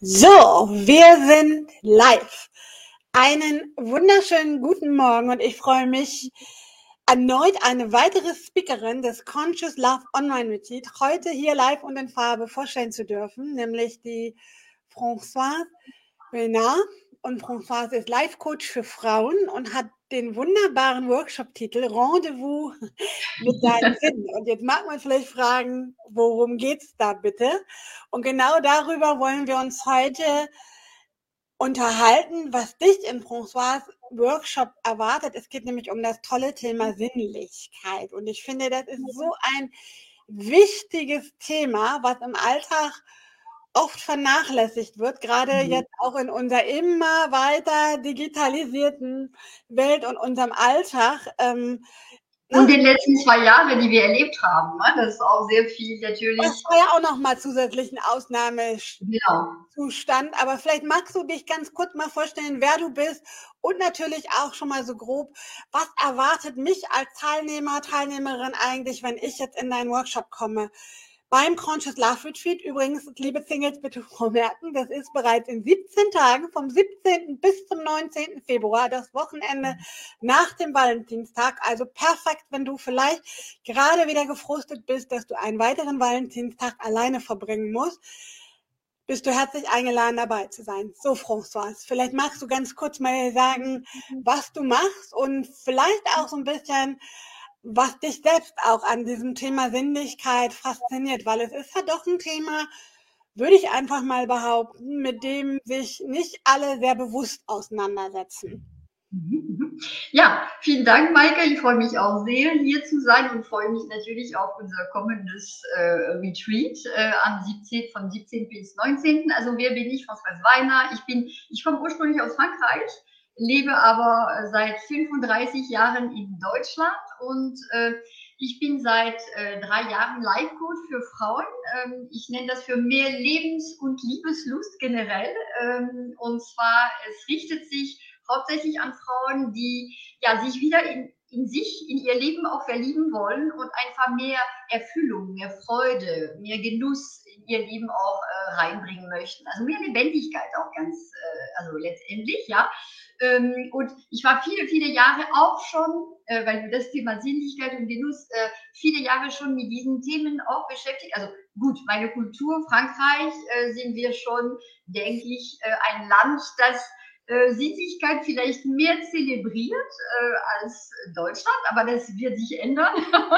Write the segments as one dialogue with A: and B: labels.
A: So, wir sind live. Einen wunderschönen guten Morgen und ich freue mich, erneut eine weitere Speakerin des Conscious Love Online Retreat heute hier live und in Farbe vorstellen zu dürfen, nämlich die Françoise Renard. Und Françoise ist Life-Coach für Frauen und hat den wunderbaren Workshop-Titel Rendezvous mit deinem Sinn. Und jetzt mag man vielleicht fragen, worum geht's da bitte? Und genau darüber wollen wir uns heute unterhalten, was dich in François' Workshop erwartet. Es geht nämlich um das tolle Thema Sinnlichkeit. Und ich finde, das ist so ein wichtiges Thema, was im Alltag oft vernachlässigt wird, gerade jetzt auch in unserer immer weiter digitalisierten Welt und unserem Alltag.
B: Und den letzten 2 Jahren, die wir erlebt haben, ne? Das ist auch sehr viel
A: Das
B: natürlich.
A: war ja auch nochmal zusätzlich ein Ausnahmezustand.
B: Genau.
A: Aber vielleicht magst du dich ganz kurz mal vorstellen, wer du bist und natürlich auch schon mal so grob, was erwartet mich als Teilnehmer, Teilnehmerin eigentlich, wenn ich jetzt in deinen Workshop komme? Beim Conscious Love Retreat, übrigens, liebe Singles, bitte vormerken, das ist bereits in 17 Tagen, vom 17. bis zum 19. Februar, das Wochenende nach dem Valentinstag. Also perfekt, wenn du vielleicht gerade wieder gefrustet bist, dass du einen weiteren Valentinstag alleine verbringen musst. Bist du herzlich eingeladen, dabei zu sein. So, Françoise, vielleicht magst du ganz kurz mal sagen, was du machst und vielleicht auch so ein bisschen, was dich selbst auch an diesem Thema Sinnlichkeit fasziniert, weil es ist ja doch ein Thema, würde ich einfach mal behaupten, mit dem sich nicht alle sehr bewusst auseinandersetzen.
B: Ja, vielen Dank, Maike. Ich freue mich auch sehr, hier zu sein und freue mich natürlich auf unser kommendes Retreat vom 17. bis 19. Also wer bin ich? Françoise Weiner. Ich komme ursprünglich aus Frankreich, lebe aber seit 35 Jahren in Deutschland und ich bin seit 3 Jahren Life-Coach für Frauen. Ich nenne das für mehr Lebens- und Liebeslust generell. Und zwar, es richtet sich hauptsächlich an Frauen, die ja sich wieder in sich, in ihr Leben auch verlieben wollen und einfach mehr Erfüllung, mehr Freude, mehr Genuss in ihr Leben auch reinbringen möchten. Also mehr Lebendigkeit auch also letztendlich, ja. Und ich war viele, viele Jahre auch schon, weil das Thema Sinnlichkeit und Genuss, viele Jahre schon mit diesen Themen auch beschäftigt. Also gut, meine Kultur, Frankreich, sind wir schon, denke ich, ein Land, das Sinnlichkeit vielleicht mehr zelebriert als Deutschland, aber das wird sich ändern.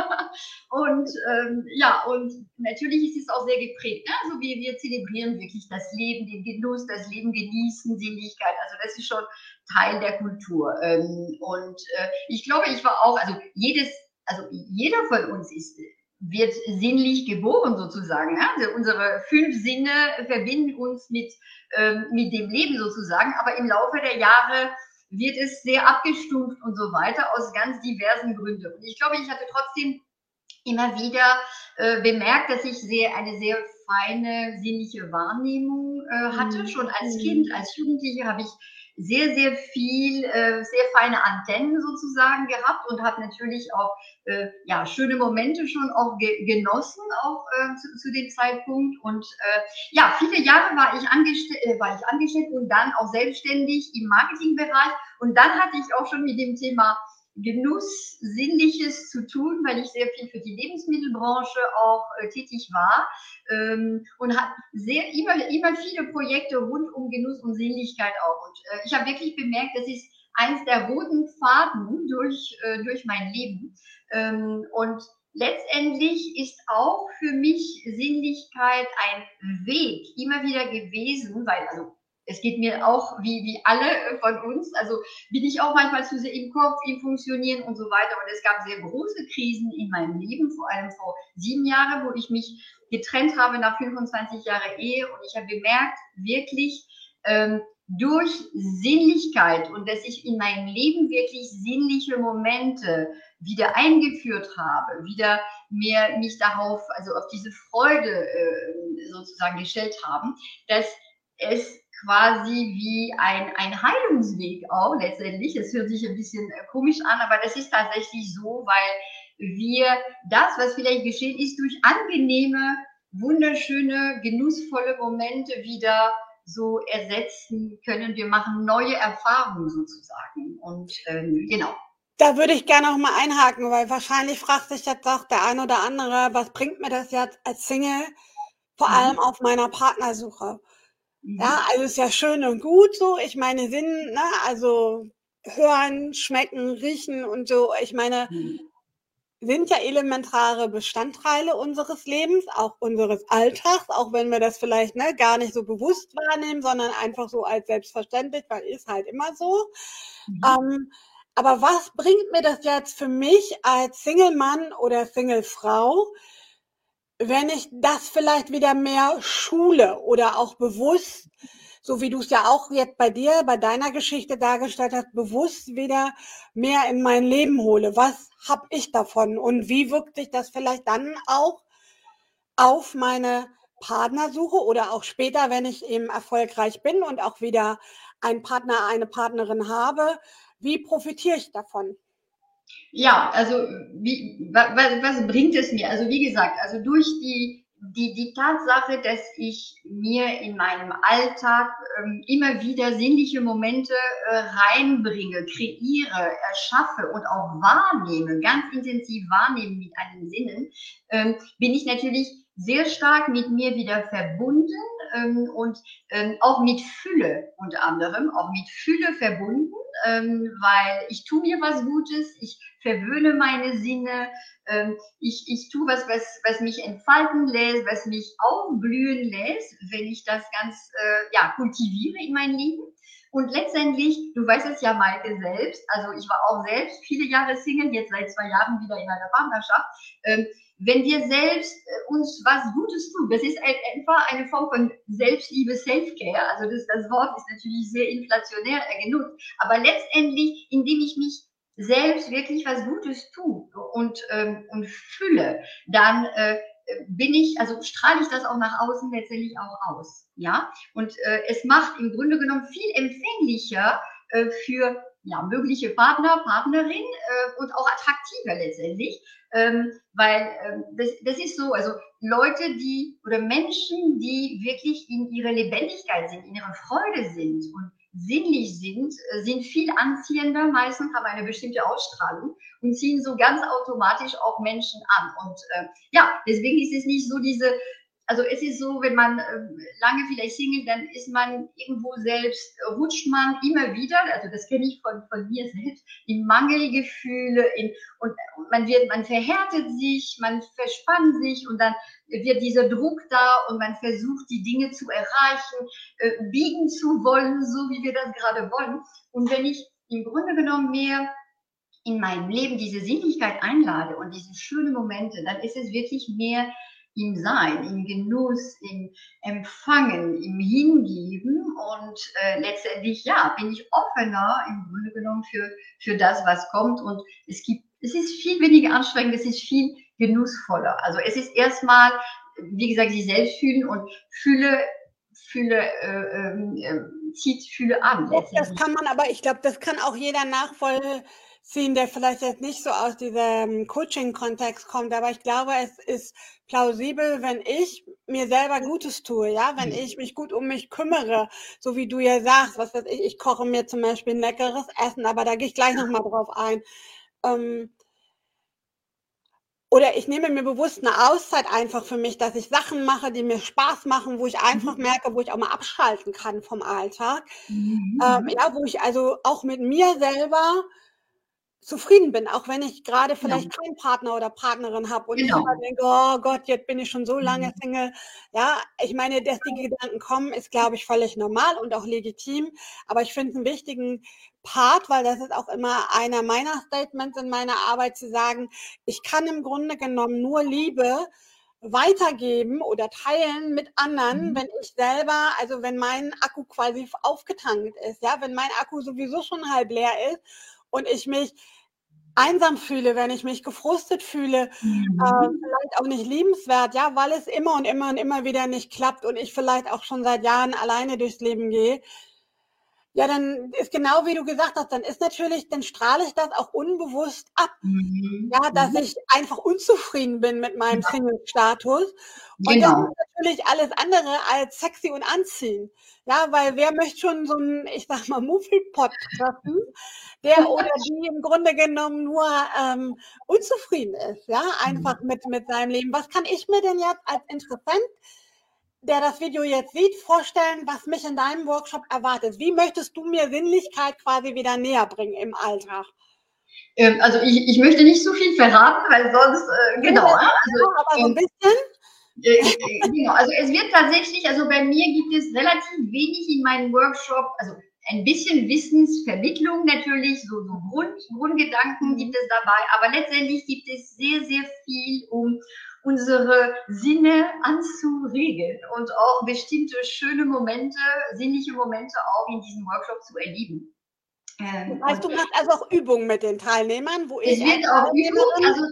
B: Und ja, und natürlich ist es auch sehr geprägt. Ne? Also wir zelebrieren wirklich das Leben, den Genuss, das Leben genießen, Sinnlichkeit. Also das ist schon Teil der Kultur. Und ich glaube, ich war auch, also jeder von uns wird sinnlich geboren sozusagen. Ja? Also unsere 5 Sinne verbinden uns mit dem Leben sozusagen, aber im Laufe der Jahre wird es sehr abgestumpft und so weiter aus ganz diversen Gründen. Und ich glaube, ich hatte trotzdem immer wieder bemerkt, dass ich eine sehr feine sinnliche Wahrnehmung hatte. Schon als Kind, als Jugendliche habe ich sehr, sehr viel, sehr feine Antennen sozusagen gehabt und habe natürlich auch ja, schöne Momente schon auch genossen, auch zu dem Zeitpunkt. Und ja, viele Jahre war ich angestellt und dann auch selbstständig im Marketingbereich. Und dann hatte ich auch schon mit dem Thema Genuss, Sinnliches zu tun, weil ich sehr viel für die Lebensmittelbranche auch tätig war und hat immer viele Projekte rund um Genuss und Sinnlichkeit auch. Und ich habe wirklich bemerkt, das ist eins der roten Faden durch mein Leben. Und letztendlich ist auch für mich Sinnlichkeit ein Weg immer wieder gewesen, weil also es geht mir auch wie alle von uns, also bin ich auch manchmal zu sehr im Kopf, im Funktionieren und so weiter. Und es gab sehr große Krisen in meinem Leben, vor allem vor 7 Jahren, wo ich mich getrennt habe nach 25 Jahren Ehe. Und ich habe bemerkt, wirklich durch Sinnlichkeit und dass ich in meinem Leben wirklich sinnliche Momente wieder eingeführt habe, wieder mehr mich darauf, also auf diese Freude sozusagen gestellt haben, dass es quasi wie ein Heilungsweg auch letztendlich. Es hört sich ein bisschen komisch an, aber das ist tatsächlich so, weil wir das, was vielleicht geschehen ist, durch angenehme, wunderschöne, genussvolle Momente wieder so ersetzen können. Wir machen neue Erfahrungen sozusagen. Und genau.
A: Da würde ich gerne noch mal einhaken, weil wahrscheinlich fragt sich jetzt auch der ein oder andere, was bringt mir das jetzt als Single, vor allem
B: Mhm.
A: auf meiner Partnersuche? Ja,
B: Mhm.
A: also ist ja schön und gut so. Ich meine, Sinn, ne, also hören, schmecken, riechen und so. Ich meine,
B: Mhm.
A: sind ja elementare Bestandteile unseres Lebens, auch unseres Alltags, auch wenn wir das vielleicht ne, gar nicht so bewusst wahrnehmen, sondern einfach so als selbstverständlich, weil ist halt immer so.
B: Mhm.
A: Ähm, aber was bringt mir das jetzt für mich als Single-Mann oder Single-Frau, wenn ich das vielleicht wieder mehr schule oder auch bewusst, so wie du es ja auch jetzt bei dir, bei deiner Geschichte dargestellt hast, bewusst wieder mehr in mein Leben hole? Was habe ich davon und wie wirkt sich das vielleicht dann auch auf meine Partnersuche oder auch später, wenn ich eben erfolgreich bin und auch wieder einen Partner, eine Partnerin habe, wie profitiere ich davon?
B: Ja, also was bringt es mir? Also wie gesagt, also durch die Tatsache, dass ich mir in meinem Alltag immer wieder sinnliche Momente reinbringe, kreiere, erschaffe und auch wahrnehme, ganz intensiv wahrnehme mit allen Sinnen, bin ich natürlich sehr stark mit mir wieder verbunden und auch mit Fülle unter anderem, auch mit Fülle verbunden, weil ich tue mir was Gutes, ich verwöhne meine Sinne, ich tue was mich entfalten lässt, was mich aufblühen lässt, wenn ich das ganz ja, kultiviere in mein Leben. Und letztendlich, du weißt es ja, Maike, selbst, also ich war auch selbst viele Jahre Single, jetzt seit 2 Jahren wieder in einer Partnerschaft. Wenn wir selbst uns was Gutes tun, das ist einfach eine Form von Selbstliebe, Self-Care, also das Wort ist natürlich sehr inflationär genutzt, aber letztendlich, indem ich mich selbst wirklich was Gutes tue und fülle, dann bin ich, also strahle ich das auch nach außen letztendlich auch aus. Ja, und es macht im Grunde genommen viel empfänglicher für ja, mögliche Partner, Partnerin und auch attraktiver letztendlich, weil das ist so, also Leute, die oder Menschen, die wirklich in ihrer Lebendigkeit sind, in ihrer Freude sind und sinnlich sind viel anziehender, meistens haben eine bestimmte Ausstrahlung und ziehen so ganz automatisch auch Menschen an. Und ja, deswegen ist es nicht so diese, also es ist so, wenn man lange vielleicht Single, dann ist man irgendwo selbst, rutscht man immer wieder, also das kenne ich von mir selbst, in Mangelgefühle, und man verhärtet sich, man verspannt sich und dann wird dieser Druck da und man versucht, die Dinge zu erreichen, biegen zu wollen, so wie wir das gerade wollen. Und wenn ich im Grunde genommen mehr in meinem Leben diese Sinnlichkeit einlade und diese schönen Momente, dann ist es wirklich mehr im Sein, im Genuss, im Empfangen, im Hingeben und letztendlich, ja, bin ich offener im Grunde genommen für das, was kommt und es ist viel weniger anstrengend, es ist viel genussvoller. Also es ist erstmal, wie gesagt, sich selbst fühlen und fühle, zieht Fühle an
A: Das
B: letztendlich.
A: kann man aber, ich glaube, das kann auch jeder nachvollziehen, der vielleicht jetzt nicht so aus diesem Coaching-Kontext kommt. Aber ich glaube, es ist plausibel, wenn ich mir selber Gutes tue, ja, wenn ich mich gut um mich kümmere, so wie du ja sagst, was weiß ich koche mir zum Beispiel ein leckeres Essen, aber da gehe ich gleich nochmal drauf ein. Ähm, oder ich nehme mir bewusst eine Auszeit einfach für mich, dass ich Sachen mache, die mir Spaß machen, wo ich einfach
B: Mhm.
A: merke, wo ich auch mal abschalten kann vom Alltag.
B: Mhm.
A: Ja, wo ich also auch mit mir selber zufrieden bin, auch wenn ich gerade
B: Ja,
A: vielleicht keinen Partner oder Partnerin habe und ich immer
B: genau.
A: denke: „Oh Gott, jetzt bin ich schon so lange
B: Mhm.
A: Single." Ja, ich meine, dass die Gedanken kommen, ist, glaube ich, völlig normal und auch legitim. Aber ich finde es 'n wichtigen Part, weil das ist auch immer einer meiner Statements in meiner Arbeit, zu sagen: „Ich kann im Grunde genommen nur Liebe weitergeben oder teilen mit anderen,
B: Mhm.
A: wenn ich selber, also wenn mein Akku quasi aufgetankt ist, ja, wenn mein Akku sowieso schon halb leer ist und ich mich einsam fühle, wenn ich mich gefrustet fühle,
B: Mhm.
A: vielleicht auch nicht liebenswert, ja, weil es immer und immer und immer wieder nicht klappt und ich vielleicht auch schon seit Jahren alleine durchs Leben gehe. Ja, dann ist genau wie du gesagt hast, dann strahle ich das auch unbewusst ab. Ja, dass ich einfach unzufrieden bin mit meinem Single-Status. Und das
B: Genau.
A: ist natürlich alles andere als sexy und anziehend. Ja, weil wer möchte schon so einen, ich sag mal, Muffelpott treffen, der oder die im Grunde genommen nur unzufrieden ist, ja, einfach mit seinem Leben. Was kann ich mir denn jetzt als Interessent, der das Video jetzt sieht, vorstellen, was mich in deinem Workshop erwartet? Wie möchtest du mir Sinnlichkeit quasi wieder näher bringen im Alltag?
B: Also ich möchte nicht so viel verraten, weil sonst, genau.
A: Ja, aber so ein bisschen.
B: Genau, also es wird tatsächlich, also bei mir gibt es relativ wenig in meinem Workshop, also ein bisschen Wissensvermittlung natürlich, so Grundgedanken gibt es dabei, aber letztendlich gibt es sehr, sehr viel, um unsere Sinne anzuregen und auch bestimmte schöne Momente, sinnliche Momente auch in diesem Workshop zu erleben.
A: Das heißt, du machst also auch Übungen mit den Teilnehmern, wo
B: Es
A: ich als
B: wird auch Übung,
A: Teilnehmerin.
B: also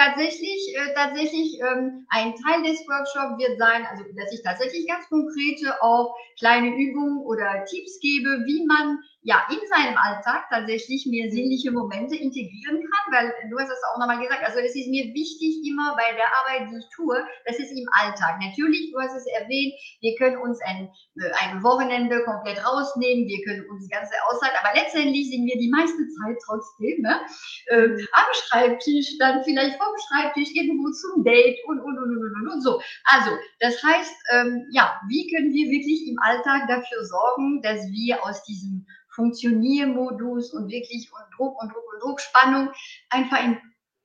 B: tatsächlich ein Teil des Workshops wird sein, also dass ich tatsächlich ganz konkrete auch kleine Übungen oder Tipps gebe, wie man ja in seinem Alltag tatsächlich mehr sinnliche Momente integrieren kann, weil du hast es auch nochmal gesagt, also es ist mir wichtig immer bei der Arbeit, die ich tue, das ist im Alltag. Natürlich, du hast es erwähnt, wir können uns ein Wochenende komplett rausnehmen, wir können uns die ganze Auszeit, aber letztendlich sind wir die meiste Zeit trotzdem am Schreibtisch, dann vielleicht vom Schreibtisch irgendwo zum Date und so. Also, das heißt, ja, wie können wir wirklich im Alltag dafür sorgen, dass wir aus diesem Funktioniermodus und wirklich und Druck, Spannung einfach in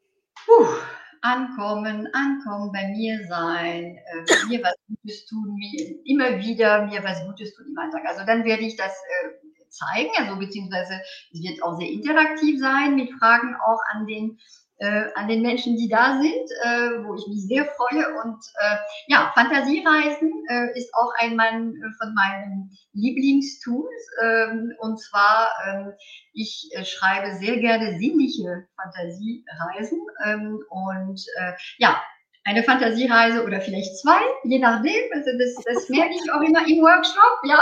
B: ankommen, bei mir sein, mir was Gutes tun, immer wieder mir was Gutes tun im Alltag. Also dann werde ich das zeigen, also beziehungsweise es wird auch sehr interaktiv sein mit Fragen auch an den Menschen, die da sind, wo ich mich sehr freue. Und ja, Fantasiereisen ist auch ein von meinen Lieblingstools. Und zwar, ich schreibe sehr gerne sinnliche Fantasiereisen. Und ja, eine Fantasiereise oder vielleicht zwei, je nachdem. Also das merke ich auch immer im Workshop, ja,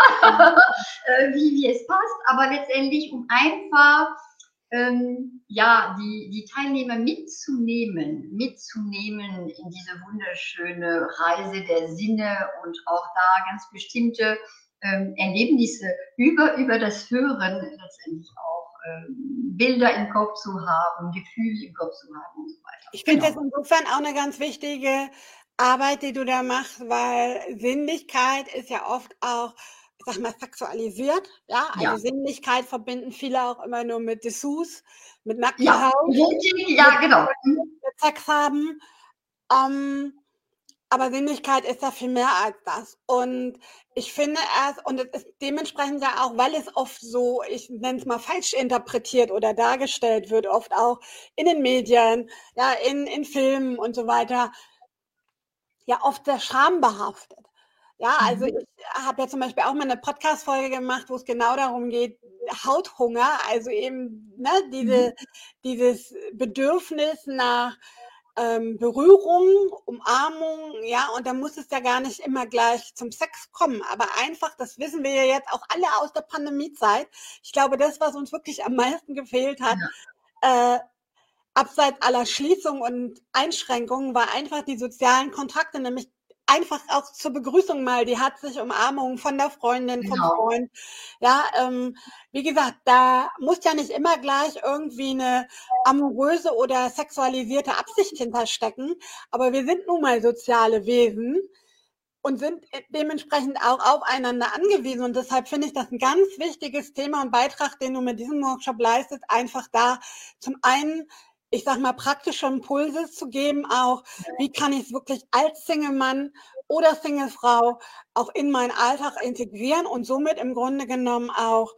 B: wie es passt. Aber letztendlich, um einfach ja, die Teilnehmer mitzunehmen in diese wunderschöne Reise der Sinne und auch da ganz bestimmte Erlebnisse über das Hören letztendlich auch Bilder im Kopf zu haben, Gefühle im Kopf zu haben und so weiter.
A: Ich finde das insofern auch eine ganz wichtige Arbeit, die du da machst, weil Sinnlichkeit ist ja oft auch, ich sag mal, sexualisiert. Ja, also Sinnlichkeit verbinden viele auch immer nur mit Dessous, mit nackter Haut,
B: ja, genau.
A: mit Sex haben. Aber Sinnlichkeit ist ja viel mehr als das. Und ich finde und es ist dementsprechend ja auch, weil es oft so, ich nenne es mal falsch interpretiert oder dargestellt wird, oft auch in den Medien, ja, in Filmen und so weiter, ja, oft sehr schambehaftet. Ja, also ich habe ja zum Beispiel auch mal eine Podcast-Folge gemacht, wo es genau darum geht, Hauthunger, also eben dieses Bedürfnis nach Berührung, Umarmung, ja, und da muss es ja gar nicht immer gleich zum Sex kommen, aber einfach, das wissen wir ja jetzt auch alle aus der Pandemiezeit. Ich glaube, das, was uns wirklich am meisten gefehlt hat, abseits aller Schließungen und Einschränkungen, war einfach die sozialen Kontakte, nämlich einfach auch zur Begrüßung mal, die hat sich Umarmung von der Freundin, vom Freund. Ja, wie gesagt, da muss ja nicht immer gleich irgendwie eine amoröse oder sexualisierte Absicht hinterstecken, aber wir sind nun mal soziale Wesen und sind dementsprechend auch aufeinander angewiesen. Und deshalb finde ich das ein ganz wichtiges Thema und Beitrag, den du mit diesem Workshop leistest, einfach da zum einen, ich sag mal, praktische Impulse zu geben, auch wie kann ich es wirklich als Single-Mann oder Single-Frau auch in meinen Alltag integrieren und somit im Grunde genommen auch,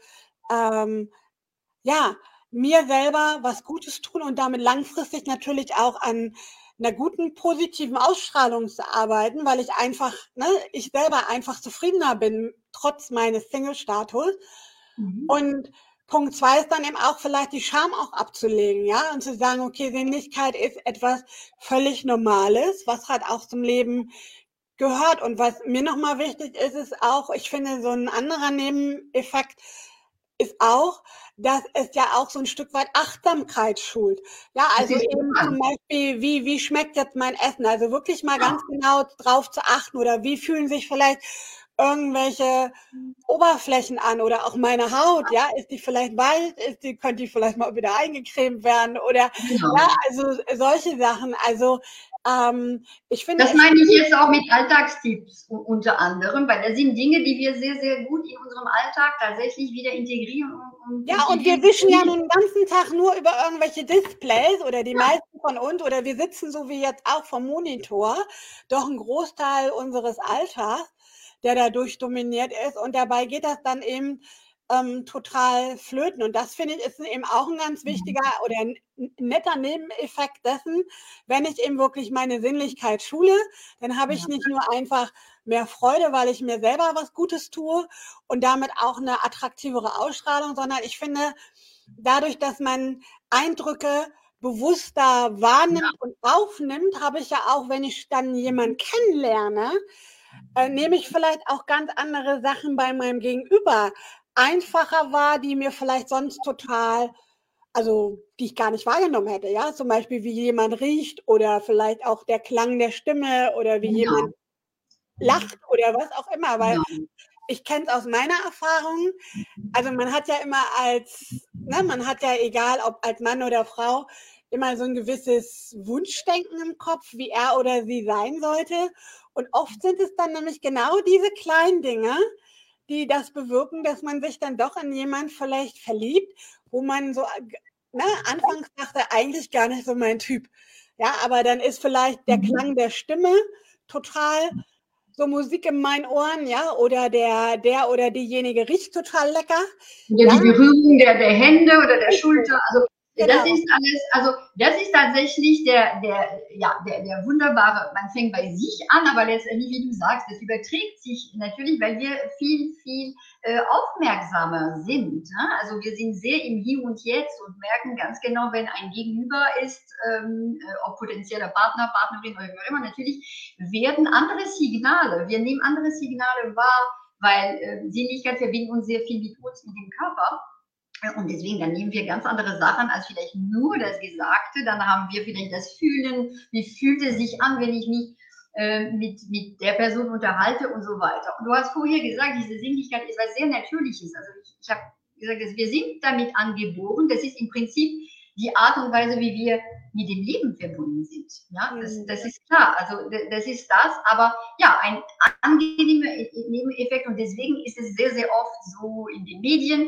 A: ja, mir selber was Gutes tun und damit langfristig natürlich auch an einer guten, positiven Ausstrahlung zu arbeiten, weil ich einfach, ich selber einfach zufriedener bin, trotz meines Single-Status. Und Punkt 2 ist dann eben auch vielleicht die Scham auch abzulegen, ja, und zu sagen, okay, Sinnlichkeit ist etwas völlig Normales, was halt auch zum Leben gehört. Und was mir nochmal wichtig ist, ist auch, ich finde, so ein anderer Nebeneffekt, ist auch, dass es ja auch so ein Stück weit Achtsamkeit schult. Ja,
B: Das
A: also
B: ist
A: eben zum
B: bekannt.
A: Beispiel, wie schmeckt jetzt mein Essen? Also wirklich mal
B: Ja,
A: ganz genau drauf zu achten oder wie fühlen sich vielleicht irgendwelche Oberflächen an oder auch meine Haut, ja, ist die vielleicht weich, könnte die vielleicht mal wieder eingecremt werden oder ja,
B: genau.
A: also solche Sachen. Also ich finde
B: Das
A: es
B: meine ich
A: gut.
B: jetzt auch mit Alltagstipps unter anderem, weil das sind Dinge, die wir sehr, sehr gut in unserem Alltag tatsächlich wieder integrieren
A: Ja,
B: und die
A: und wir
B: wir
A: wischen ja
B: nicht.
A: nun den ganzen Tag nur über irgendwelche Displays oder die meisten von uns oder wir sitzen so wie jetzt auch vom Monitor, doch ein Großteil unseres Alltags, der dadurch dominiert ist und dabei geht das dann eben total flöten und das finde ich ist eben auch ein ganz wichtiger oder ein netter Nebeneffekt dessen, wenn ich eben wirklich meine Sinnlichkeit schule, dann habe ich
B: Ja,
A: nicht nur einfach mehr Freude, weil ich mir selber was Gutes tue, und damit auch eine attraktivere Ausstrahlung, sondern ich finde, dadurch, dass man Eindrücke bewusster wahrnimmt und aufnimmt, habe ich ja auch, wenn ich dann jemanden kennenlerne, nehme ich vielleicht auch ganz andere Sachen bei meinem Gegenüber einfacher wahr, die mir vielleicht sonst total, also die ich gar nicht wahrgenommen hätte, ja, zum Beispiel wie jemand riecht oder vielleicht auch der Klang der Stimme oder wie
B: genau,
A: jemand lacht oder was auch immer, weil
B: genau.
A: ich kenne es aus meiner Erfahrung, also man hat ja immer als, ne, man hat ja egal ob als Mann oder Frau, immer so ein gewisses Wunschdenken im Kopf, wie er oder sie sein sollte. Und oft sind es dann nämlich genau diese kleinen Dinge, die das bewirken, dass man sich dann doch in jemand vielleicht verliebt, wo man so, ne, anfangs dachte, eigentlich gar nicht so mein Typ. Ja, aber dann ist vielleicht der Klang der Stimme total so Musik in meinen Ohren, ja, oder der oder diejenige riecht total lecker,
B: Oder
A: ja,
B: die Berührung der Hände oder der
A: richtig,
B: Schulter. Also das
A: genau.
B: ist alles, also das ist tatsächlich der wunderbare, man fängt bei sich an, aber letztendlich, wie du sagst, das überträgt sich natürlich, weil wir viel aufmerksamer sind. Ne? Also wir sind sehr im Hier und Jetzt und merken ganz genau, wenn ein Gegenüber ist, ob potenzieller Partner, Partnerin oder wie immer, natürlich werden andere Signale, wir nehmen andere Signale wahr, weil Sinnlichkeit verbindet uns sehr viel mit uns, mit dem Körper. Und deswegen, dann nehmen wir ganz andere Sachen als vielleicht nur das Gesagte. Dann haben wir vielleicht das Fühlen, wie fühlt es sich an, wenn ich mich mit der Person unterhalte und so weiter. Und du hast vorher gesagt, diese Sinnlichkeit ist was sehr Natürliches. Also ich habe gesagt, dass wir sind damit angeboren. Das ist im Prinzip die Art und Weise, wie wir mit dem Leben verbunden sind. Ja, das ist klar. Also das ist das. Aber ja, ein angenehmer Nebeneffekt und deswegen ist es sehr, sehr oft so in den Medien,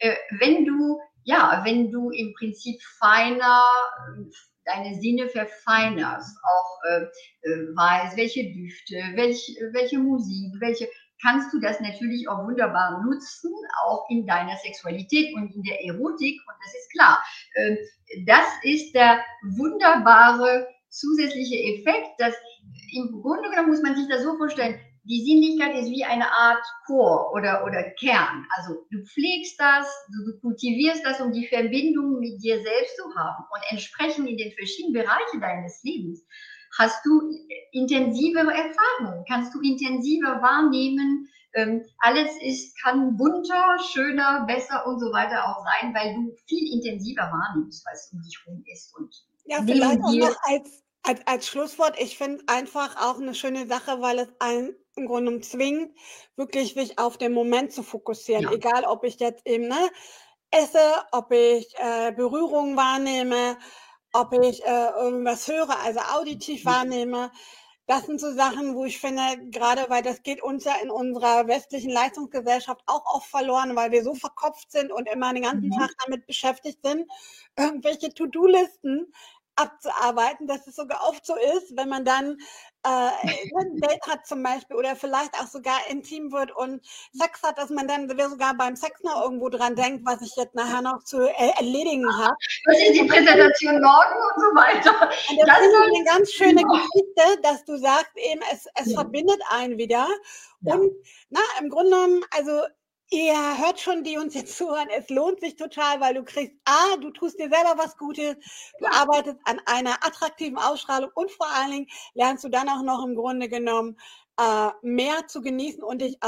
B: wenn du im Prinzip feiner deine Sinne verfeinerst, auch weißt, welche Düfte, welche Musik, kannst du das natürlich auch wunderbar nutzen, auch in deiner Sexualität und in der Erotik. Und das ist klar. Das ist der wunderbare zusätzliche Effekt, dass im Grunde genommen muss man sich das so vorstellen, die Sinnlichkeit ist wie eine Art Chor oder Kern. Also du pflegst das, du kultivierst das, um die Verbindung mit dir selbst zu haben. Und entsprechend in den verschiedenen Bereichen deines Lebens hast du intensivere Erfahrungen, kannst du intensiver wahrnehmen. Kann bunter, schöner, besser und so weiter auch sein, weil du viel intensiver wahrnimmst, was um dich herum ist. Und
A: Ja, vielleicht
B: neben
A: auch
B: dir,
A: noch als Schlusswort, ich finde einfach auch eine schöne Sache, weil es einen im Grunde genommen zwingt, wirklich sich auf den Moment zu fokussieren.
B: ja,
A: Egal, ob ich jetzt eben, ne, esse, ob ich Berührung wahrnehme, ob ich irgendwas höre, also auditiv wahrnehme. Das sind so Sachen, wo ich finde, gerade weil das geht uns ja in unserer westlichen Leistungsgesellschaft auch oft verloren, weil wir so verkopft sind und immer den ganzen Tag damit beschäftigt sind, irgendwelche To-Do-Listen abzuarbeiten, dass es sogar oft so ist, wenn man dann ein Date hat zum Beispiel oder vielleicht auch sogar intim wird und Sex hat, dass man dann sogar beim Sex noch irgendwo dran denkt, was ich jetzt nachher noch zu erledigen habe.
B: was ist die Präsentation morgen und so weiter.
A: Und das
B: Das
A: finde ich
B: soll,
A: eine ganz schöne
B: genau.
A: Geschichte, dass du sagst, eben, es
B: Ja,
A: verbindet einen wieder.
B: ja.
A: Und na, im Grunde genommen, also ihr hört schon, die uns jetzt zuhören, es lohnt sich total, weil du kriegst, du tust dir selber was Gutes, du arbeitest an einer attraktiven Ausstrahlung und vor allen Dingen lernst du dann auch noch im Grunde genommen mehr zu genießen und dich auch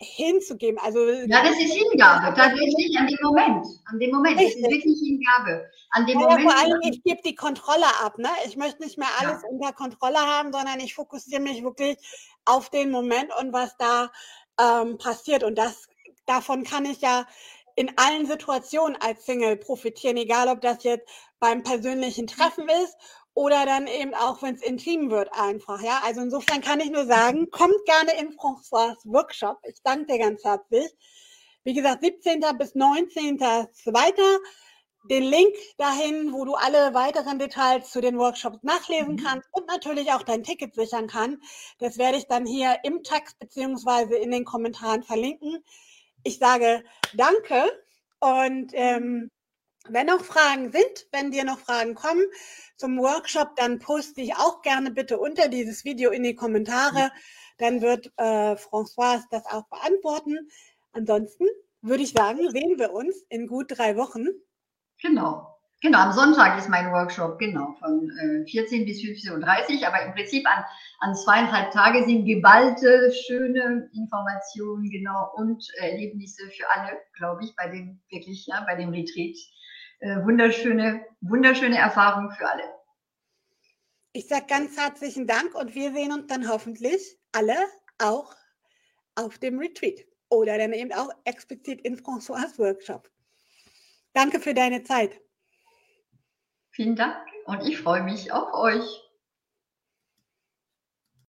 A: hinzugeben. Also
B: Ja, das ist Hingabe, tatsächlich an dem Moment. An dem Moment. Das ist
A: richtig.
B: wirklich Hingabe. An dem
A: Ja, ja, vor
B: Moment,
A: allen Dingen, ich gebe die Kontrolle ab. Ne? Ich möchte nicht mehr alles
B: ja,
A: unter Kontrolle haben, sondern ich fokussiere mich wirklich auf den Moment und was da passiert. Und davon kann ich ja in allen Situationen als Single profitieren, egal ob das jetzt beim persönlichen Treffen ist oder dann eben auch, wenn es intim wird einfach. Ja, also insofern kann ich nur sagen, kommt gerne in François Workshop. Ich danke dir ganz herzlich. Wie gesagt, 17. bis 19.02. Den Link dahin, wo du alle weiteren Details zu den Workshops nachlesen kannst und natürlich auch dein Ticket sichern kannst. Das werde ich dann hier im Text beziehungsweise in den Kommentaren verlinken. Ich sage danke und wenn noch Fragen sind, wenn dir noch Fragen kommen zum Workshop, dann poste ich auch gerne bitte unter dieses Video in die Kommentare. Dann wird Françoise das auch beantworten. Ansonsten würde ich sagen, sehen wir uns in gut 3 Wochen.
B: genau. Genau, am Sonntag ist mein Workshop, genau, von 14 bis 15:30 Uhr, aber im Prinzip an 2,5 Tage sind geballte, schöne Informationen, genau, und Erlebnisse für alle, glaube ich, bei dem wirklich, ja, bei dem Retreat. Wunderschöne Erfahrung für alle.
A: Ich sage ganz herzlichen Dank und wir sehen uns dann hoffentlich alle auch auf dem Retreat oder dann eben auch explizit in François Workshop. Danke für deine Zeit.
B: Vielen Dank und ich freue mich auf euch.